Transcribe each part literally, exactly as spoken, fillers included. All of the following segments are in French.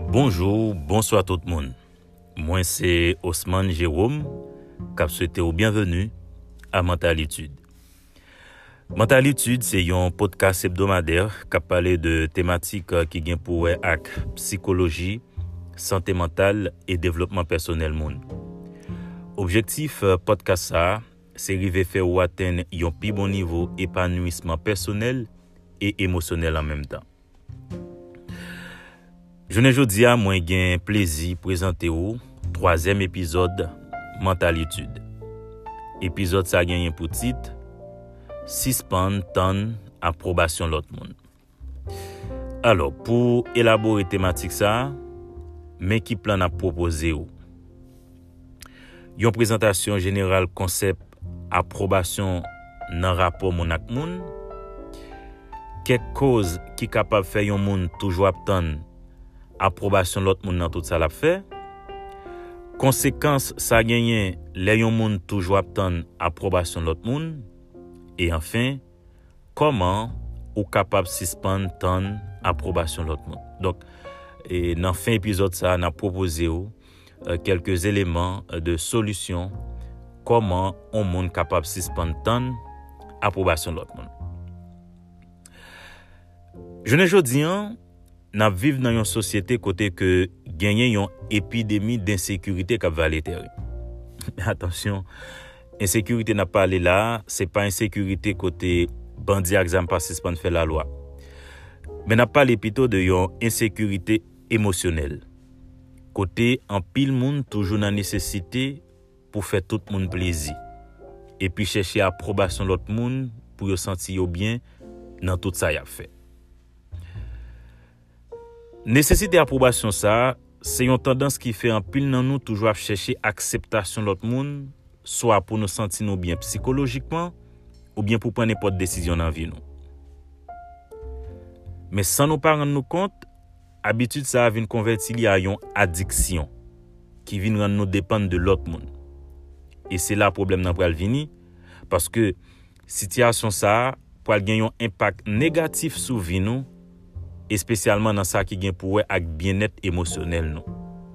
Bonjour, bonsoir tout le monde. Moi c'est Osman Jérôme, qui souhaite au bienvenue à Mentalitude. Mentalitude, c'est un podcast hebdomadaire qui parle de thématiques qui ont pour avec psychologie, santé mentale et développement personnel monde. Objectif podcast ça, c'est arriver faire ou atteindre un plus bon niveau épanouissement personnel et émotionnel en même temps. Je ne dis à moi gain plaisir présenter au troisième épisode Mentalitude. Épisode ça gagne pour titre suspend ton approbation l'autre monde. Alors pour élaborer thématique ça, mais qui plan à proposer ou une présentation générale concept approbation dans rapport mon ak moun, quelque cause qui capable faire un monde toujours attendre approbation l'autre monde dans tout ça l'a fait, conséquence ça gagner les un monde toujours attendre approbation l'autre monde, et enfin comment ou capable suspendre ton approbation l'autre monde. Donc et dans fin épisode ça on a proposé ou, euh, quelques éléments de solution comment on monde capable suspendre ton approbation l'autre monde. Je ne jodi an n'a vivre dans une société côté que gagner une épidémie d'insécurité qui va l'éterre. Attention, insécurité n'a pas aller là, c'est pas insécurité côté bandit exam pas suspendre faire la loi. Mais n'a pas plutôt de une insécurité émotionnelle. Côté en pile monde toujours dans nécessité pour faire tout le monde plaisir. Et puis chercher approbation de l'autre monde pour se sentir bien dans tout ça y a fait. Nécessité approbation ça, c'est une tendance qui fait en pile dans nous toujours à chercher acceptation de l'autre monde, soit pour nous sentir nous bien psychologiquement ou bien pour prendre n'importe décision dans vie nous. Mais sans nous pas rendre nous compte, habitude ça vient convertir à une addiction qui vient rendre nous dépendre de l'autre monde. Et c'est là le problème dans pral vini parce que situation ça pral gagner un impact négatif sur vie nous, et spécialement dans ça qui gagne pour avec bien-être émotionnel nous.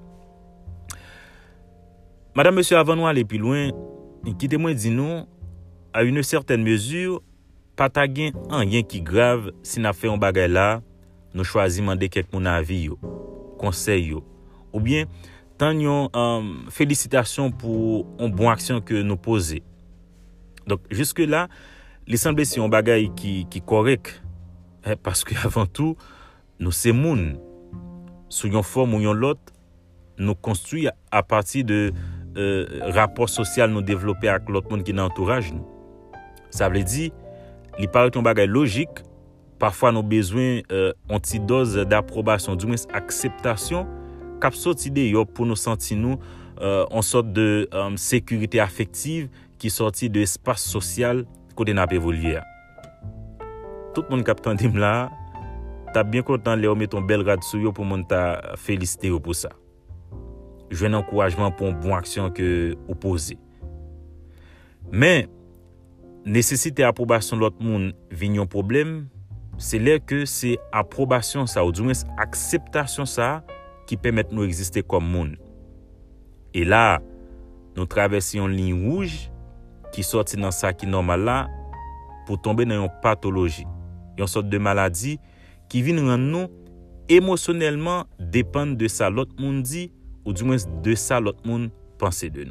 Madame monsieur avant nous aller plus loin, quittez-moi dit nous à une certaine mesure pas ta gain rien qui grave si n'a fait un bagay là, nous choisir demander quelques mon avis yo, conseil yo ou bien tant yon um, félicitations pour une bonne action que nous poser. Donc jusque là, il semble si un bagay qui qui correct eh, parce que avant tout nous c'est moun sous une forme ou une l'autre nous construit à partir de euh, rapport social nous développer avec l'autre monde qui nous entourage nous. Ça veut dire il paraît un bagage logique, parfois nous besoin euh, une petite dose d'approbation du moins acceptation cap sorti de yo pour nous sentir nous euh, en sorte de euh, sécurité affective qui sorti de espace social côté n'a évoluer. Tout le monde cap tendim là t'as bien content les mettre ton bel rad sur yo pour mon ta féliciter pour ça. Je un encouragement pour une bonne action que ou poser. Mais nécessité approbation de l'autre monde vient un problème, c'est là que c'est approbation ça ou du moins acceptation ça qui permet nous exister comme monde. Et là, nous traversons une ligne rouge qui sortit dans ça qui normal là pour tomber dans une pathologie, une sorte de maladie qui vient rendre nous émotionnellement dépendre de ça l'autre monde dit ou du moins de ça l'autre monde pense de nous.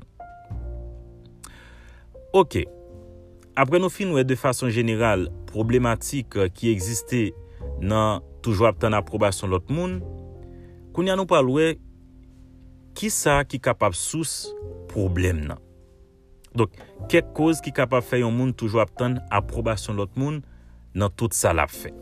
OK. Après nous finir de façon générale problématique qui existait dans toujours obtenir approbation de l'autre monde, qu'on y a nous parler qui ça qui capable source problème là. Donc quelque cause qui capable faire un monde toujours obtenir approbation de l'autre monde dans tout ça l'a fait.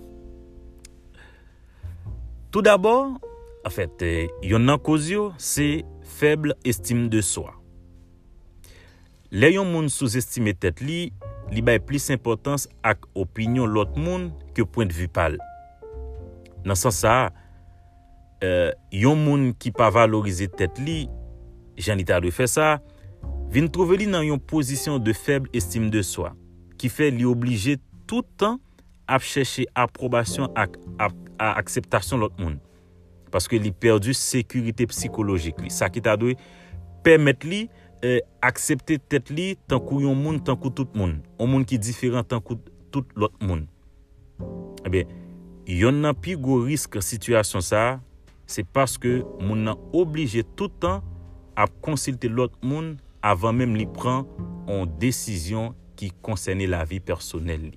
Tout d'abord, en fait, il y en a cause c'est faible estime de soi. Les yon moun sous-estime tête li, li bay plus importance ak opinion l'autre monde que point de vue pal. Dans ce sens ça, euh, yon moun qui pas valoriser tête li, j'en état de faire ça, vient trouver li dans une position de faible estime de soi, qui fait li obligé tout le temps à chercher approbation à, à, à acceptation de l'autre monde. parce que li perdu sécurité psychologique li. Ça qui t'a dû permettre li euh, accepter tête li tant kou yon moun tant kou tout moun, un moun qui différent tant kou tout l'autre moun. Eh bien, yon nan pi gros risque situation ça, c'est parce que moun nan obligé tout le temps à consulter l'autre moun avant même li prend une décision qui concerne la vie personnelle li.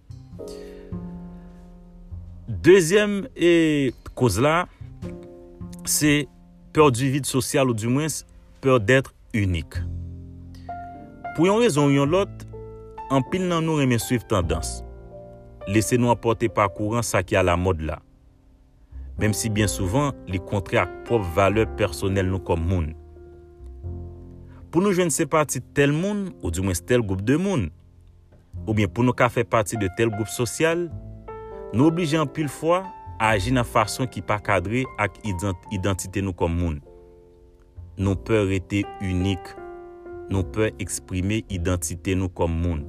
Deuxième et cause là, c'est peur du vide social ou du moins peur d'être unique. Pour une raison ou une autre, en pile nan nous remet suivre tendance. Laissez-nous emporter par courant ça qui est à la mode là. Même si bien souvent, les contraires à propre valeur personnelle nous comme moun. Pour nous, je ne sais pas partie de tel monde, ou du moins tel groupe de monde, ou bien pour nous faire partie de tel groupe social, nous obligeons en pile fois à agir de façon qui pas cadrée avec identité nous comme monde. Nous peur être unique, nous peur exprimer identité nous comme monde.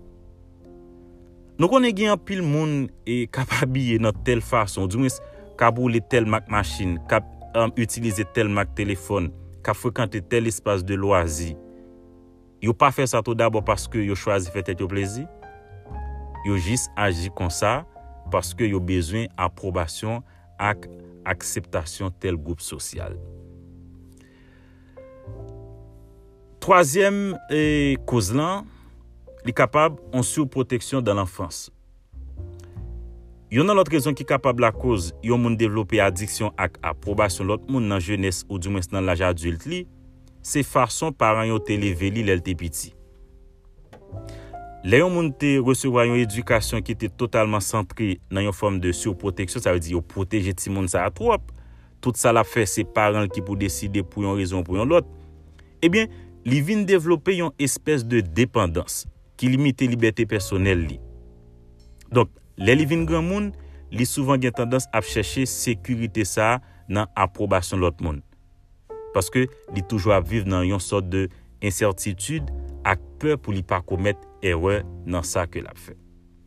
Nous connaissons en pile monde et capable de dans telle façon, du moins capable telle marque machine, cap um, utiliser telle marque téléphone, cap fréquenter tel espace de loisir. Yo pas fait ça tout d'abord parce que yo choisi faire tête yo plaisir. Yo juste agi comme ça parce que yo besoin approbation ak acceptation tel groupe social. Troisième eh, cause là, li capable en surprotection dans l'enfance. Yon nan l'autre raison qui capable la cause yon moun développer addiction ak approbation l'autre moun dans jeunesse ou du moins dans l'âge adulte li, c'est façon parents yo te levé li l'el te petit. Les yon moun te recevoir une éducation qui était totalement centrée dans une forme de surprotection, ça veut dire yo protéger ti moun ça trop. Tout ça la fait c'est parents qui pour décider pour une raison ou pour une autre. Eh bien, li vinn développer une espèce de dépendance qui limite liberté personnelle li. Donc les living grand monde, li souvent gen tendance à chercher sécurité ça dans approbation l'autre monde. Parce que li toujours à vivre dans une sorte de incertitude ak peur pour li pas commettre erreur dans ça que l'a fait.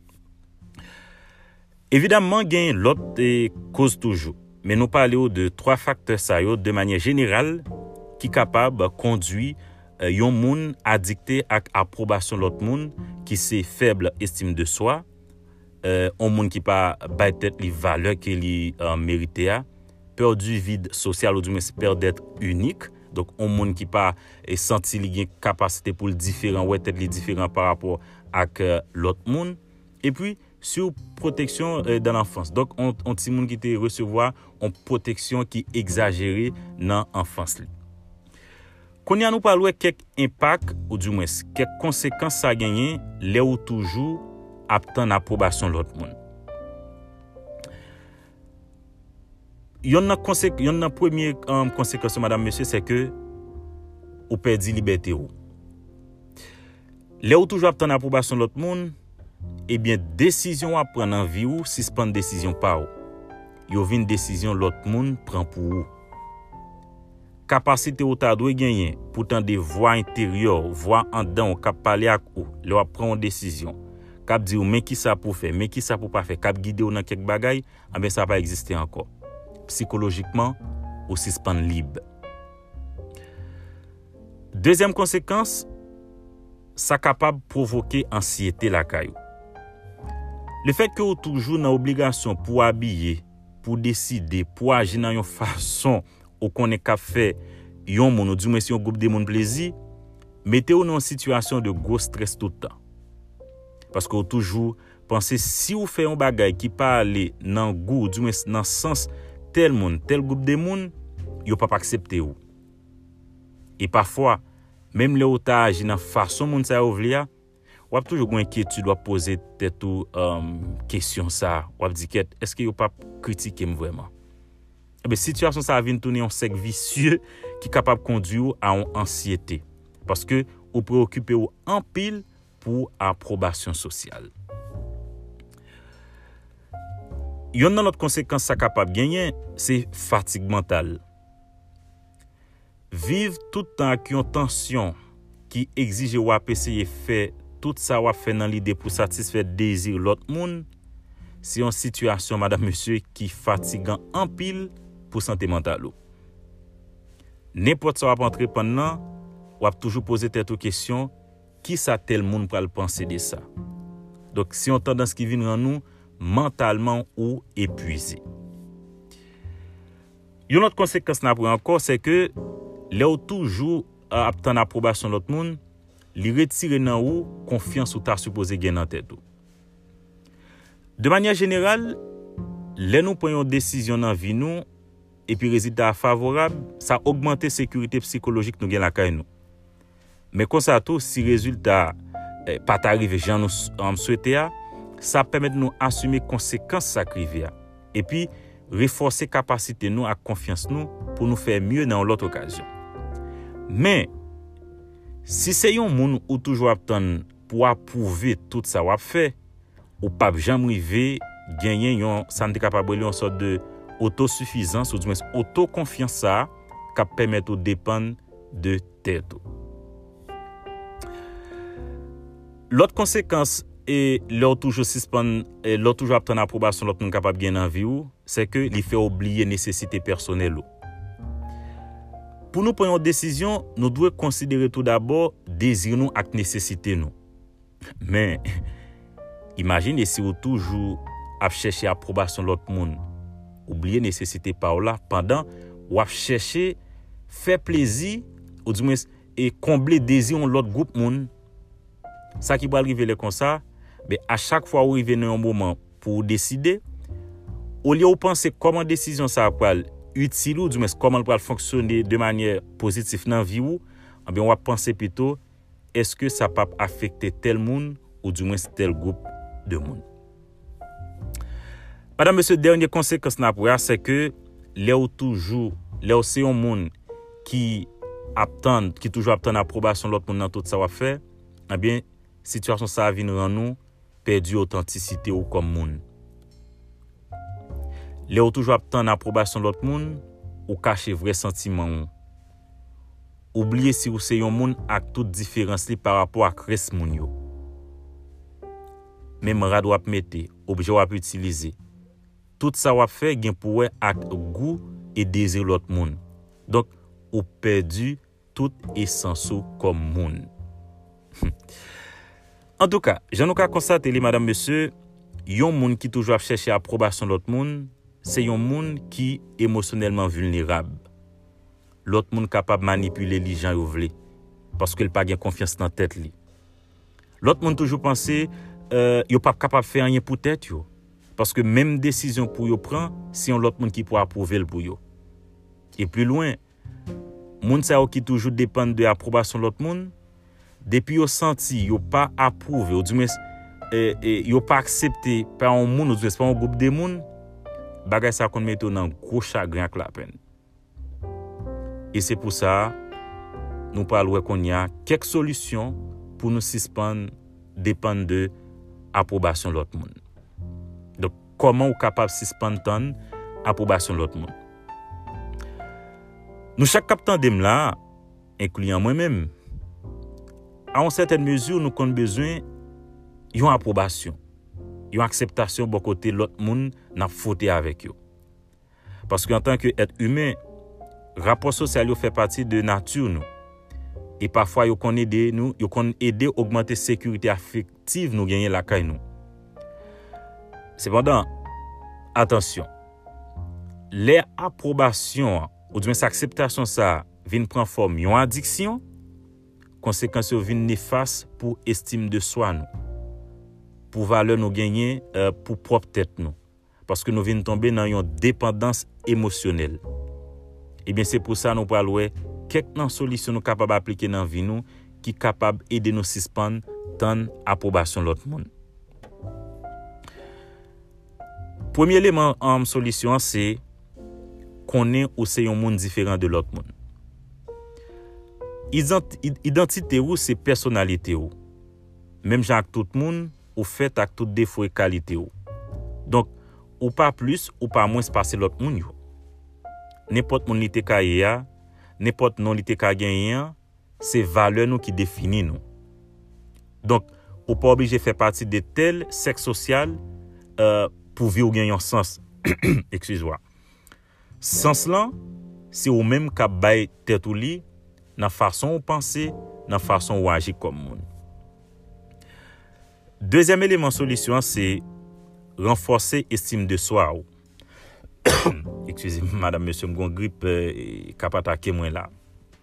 Évidemment, gen l'autre cause toujours, mais nous parlons de trois facteurs ça yo de manière générale qui capable conduire euh, yon moun addicté ak approbation l'autre monde qui c'est faible estime de soi. Euh, un monde qui pas bay tête les valeurs qu'il li euh, mérité a, peur du vide social ou du moins peur d'être unique. Donc un monde qui pas et senti li gen capacité pour le différent ou être les différents par rapport à euh, l'autre monde. Et puis sur protection euh, dans l'enfance. Donc on on petit monde qui te recevoir une protection qui exagérée dans l'enfance li. Qu'on y a nous parler quelques impacts ou du moins quelques conséquences ça gagner là ou toujours attendre approbation l'autre monde. Yon nan conséquence, yon nan premier um, conséquence madame monsieur c'est que ou perdi liberté ou. Là ou toujours attendre approbation l'autre monde, eh bien décision à prendre en vie ou suspendre décision pas ou. Yo vinn décision l'autre monde prend pour ou. Capacité ou ta doit gagner pourtant des voix intérieures, voix en dedans cap parler avec ou, là prend une décision. Cap di ou mais qui ça pour faire, mais qui ça pour pas faire, cap guider ou dans quelque bagaille, ah ben ça va exister encore. Psychologiquement ou suspend libre. Deuxième conséquence, ça capable provoquer anxiété la caillou. Le fait que ou toujours dans obligation pour habiller, pour décider, pour agir dans une façon ou qu'on est cap faire yon moun ou du moins si un groupe de moun plaisir, mettez ou dans une situation de gros stress tout le temps. Parce que toujours penser si vous faites un bagay qui pas aller dans goût du moins dans sens tel monde tel groupe de monde yo pas accepter ou et parfois même les otages dans façon monde ça ouvrir ou a toujours une inquiétude doit poser tête ou um, question ça ou a dit est-ce que yo pas critiquer vraiment et ben situation ça vient tourner un cercle vicieux qui capable conduire à une anxiété parce que ou préoccupé ou en pile pour approbation sociale. Yon nan l'autre conséquence ça capable gagner, c'est fatigue mentale. Vivre tout le temps avec une tension qui exige ou essayer faire tout ça ou faire dans l'idée pour satisfaire désir l'autre monde, c'est une situation madame monsieur qui fatigant en pile pour santé mentale. N'importe ça va entreprendre nan, ou va toujours poser tête aux questions, qui ça tel monde pour le penser de ça. Donc si on tendance qui vient en nous mentalement ou épuisé. Une autre conséquence n'a pas encore c'est que là où toujours obtient approbation de l'autre monde, li retire nan ou confiance ou ta supposé gagner dans tête. De manière générale, les nous prenons décision dans vie nous et puis résultat favorable, ça augmente sécurité psychologique nous gagne la caille nous. Mais comme ça tout si résultat eh, pas arrivé j'en nous en souhaité ça permet de nous assumer conséquences ça arrivé et puis renforcer capacité nous à confiance nous pour nous faire mieux dans l'autre occasion. Mais si c'est un monde ou toujours attendre pour approuver tout ça ou fait ou pas jamais arriver gagner un ça capable une sorte de autosuffisance ou du moins autoconfiance ça qui permet de dépendre de tête. L'autre conséquence et l'autre toujours suspend et l'autre toujours obtenir approbation l'autre monde capable gagner en vie c'est que il fait oublier nécessité personnelle. Pour nous prendre une décision, nous devons considérer tout d'abord désir nous et nécessité nous. Mais imaginez si vous toujours à chercher approbation de l'autre monde, oublier nécessité par là pendant ou à chercher faire plaisir ou du moins et combler désir de l'autre groupe monde. Ça qui va arriver comme ça, ben à chaque fois où arrive un moment pour décider, au lieu de penser comment décision ça va utile ou du moins comment va fonctionner de manière positive dans vie ou, ben on va penser plutôt est-ce que ça peut affecter tel monde ou du moins tel groupe de monde. Madame monsieur dernière conséquence n'a pour c'est que là où toujours là où c'est un monde qui attend qui toujours attend approbation l'autre monde dans tout ça va faire, eh bien situation ça vient rendre nous perdu authenticité ou comme monde. Là où toujours attend approbation l'autre monde ou cacher vrai sentiment. Oubliez si vous c'est un monde avec toute différence li par rapport à reste moun yo. Même rad ou mettre, objet ou utiliser. Tout ça ou fait gen pour ak goût et désir l'autre monde. Donc ou perdu toute essence comme monde. En tout cas, j'en ai constaté les madame monsieur, yon monde qui toujours chercher approbation l'autre monde, c'est un monde qui émotionnellement vulnérable. L'autre monde capable manipuler les gens yo vle parce qu'il pas gain confiance dans tête li. L'autre monde toujours penser euh yo pas capable faire rien pour tête yo parce que même décision pour yo prend, si on l'autre monde qui pourra approuver le pour yo. Et plus loin, monde ça qui toujours dépend de l'approbation de l'autre monde, depuis yo senti yo pas approuvé ou du moins euh, euh, yo pas accepté par un monde ou du moins par un groupe de monde, bagay ça qu'on met dans gros chagrin avec la peine. Et c'est pour ça nous parlons qu'on y a quelques solutions pour nous suspendre dépendre de approbation de l'autre monde. Donc comment on capable suspendre ton approbation de l'autre monde. Nous chaque captant dem là incluant moi-même à une certaine mesure nous avons besoin d'une approbation, une acceptation de côté l'autre monde n'a fauté avec eux. Parce qu'en tant qu'être humain, rapport social fait partie de nature nous. Et parfois yo kon aider nous, yo kon aider augmenter sécurité affective nous gagner la caille nous. Cependant, attention. Les approbations ou du moins acceptation ça vient prendre forme une addiction, conséquence vient néfaste pour estime de soi nous. Pour valeur nous gagner euh, pour propre tête nous parce que nous venons tomber dans une dépendance émotionnelle. Et bien c'est pour ça nous parlons quelques solutions nous capable d'appliquer dans vie nous qui capable aider nous suspendre tant approbation l'autre monde. Premier élément en solution c'est connaître ou c'est un monde différent de l'autre monde. Identité ou c'est personnalité ou. Même genre tout le monde ou fait avec tout défaut et qualité ou. Donc ou pas plus ou pas moins passer l'autre monde. N'importe mon lité ka ya, n'importe non lité ka gagner, c'est valeur nous qui définit nous. Donc ou pas obligé faire partie de tel sexe social euh, pour vivre gagner un sens. Excuse-moi. Sens lan, c'est ou même k'ap bay tête ou li, nan façon ou penser, nan façon ou agir comme moun. Deuxième élément solution, c'est renforcer estime de soi. Excusez-moi, madame, monsieur, m'gon grippe euh, k'ap attaquer moi là.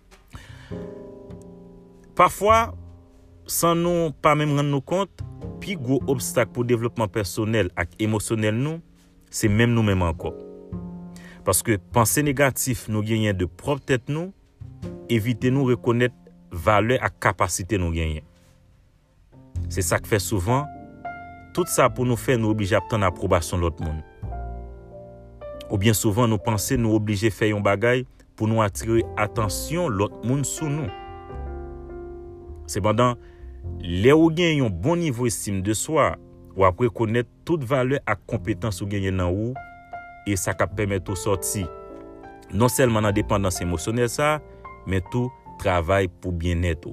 Parfois, sans nous pas même rendre nous compte, puis gros obstacle pour développement personnel et émotionnel nous, c'est même nous-mêmes encore. Parce que penser négatif nous gagnent de propre tête nous, éviter nous reconnaître valeur et capacité nous gagnent. C'est ça que fait souvent, tout ça pour nous faire nous obliger à obtenir l'approbation de l'autre monde. Ou bien souvent nous penser nous obliger à faire un bagay pour nous attirer attention l'autre monde sur nous. Cependant, les ou gagne un bon niveau estime de soi, ou après connaître toute valeur et compétence ou gagne dans ou et ça cap permettre de sortir non seulement dans dépendance émotionnelle ça, mais tout travail pour bien-être.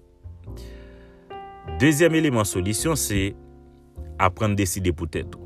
Deuxième élément solution, c'est apprendre à décider pour tête.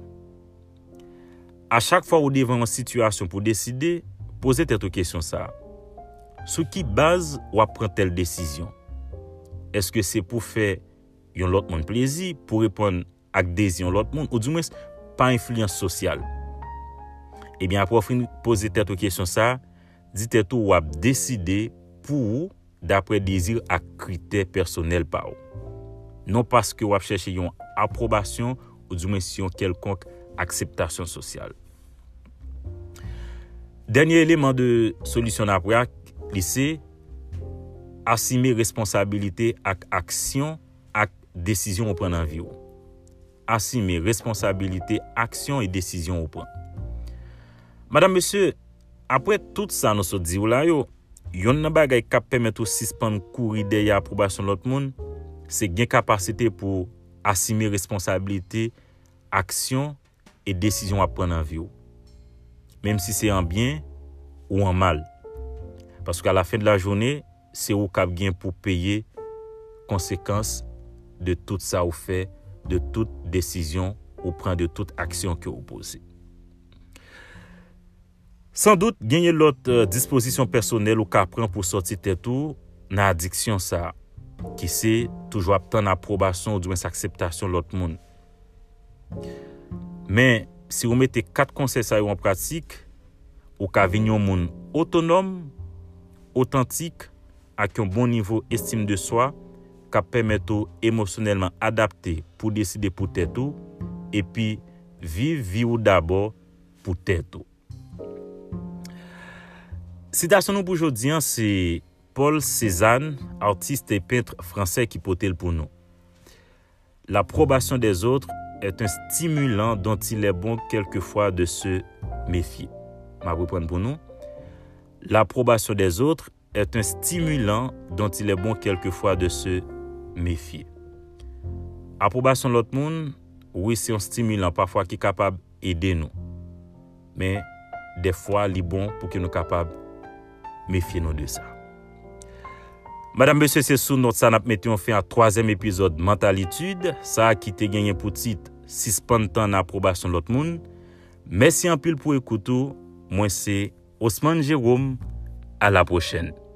À chaque fois où devant une situation pour décider, posez tête question ça. Sur qui base ou prendre telle décision? Est-ce que c'est pour faire un l'autre monde plaisir, pour répondre à désir l'autre monde, ou du moins pas influence sociale? Eh bien, après poser tête question ça, dites tout ou à décider pour d'après désir à critères personnels par ou. Non parce que vous cherchez une approbation ou du moins une quelconque acceptation sociale. Dernier élément de solution après, c'est assumer responsabilité avec action et décision au prendre en vie. Assumer responsabilité, action et décision au prendre. Madame, monsieur, après tout ça, nous sommes dit là, yo, yon nan bagay qui permet de suspendre courir derrière approbation de l'autre monde, c'est gain capacité pour assumer responsabilité, action et décision à prendre en vie. Même si c'est en bien ou en mal. Parce qu'à la fin de la journée, c'est au cap gain pour payer conséquences de tout ça ou fait, de toute décision ou prend de toute action que vous posez. Sans doute, gagner l'autre euh, disposition personnelle ou qu'a prend pour sortir tête tout dans addiction ça qui c'est toujours obtenir approbation ou du moins acceptation de l'autre monde. Mais si vous mettez quatre conseils ça en pratique, ou qu'a venir un monde autonome, authentique avec un bon niveau estime de soi, qui permet émotionnellement adapté pour décider pour tête tout et puis vivre vivre d'abord pour tête tout. Citation nous pour aujourd'hui, c'est Paul Cézanne, artiste et peintre français qui portait pour nous. L'approbation des autres est un stimulant dont il est bon quelquefois de se méfier. Je vais reprendre pour nous. L'approbation des autres est un stimulant dont il est bon quelquefois de se méfier. Approbation de l'autre monde, oui, c'est un stimulant parfois qui est capable d'aider nous. Mais des fois, il est bon pour que nous soyons capables méfiez-nous de ça. Madame, monsieur, c'est sous notre ça n'a mettons fin à troisième épisode Mentalitude, ça qui te gagné pour titre suspendre temps d'approbation de l'autre monde. Merci en pile pour écouter. Moi c'est Osman Jérôme. À la prochaine.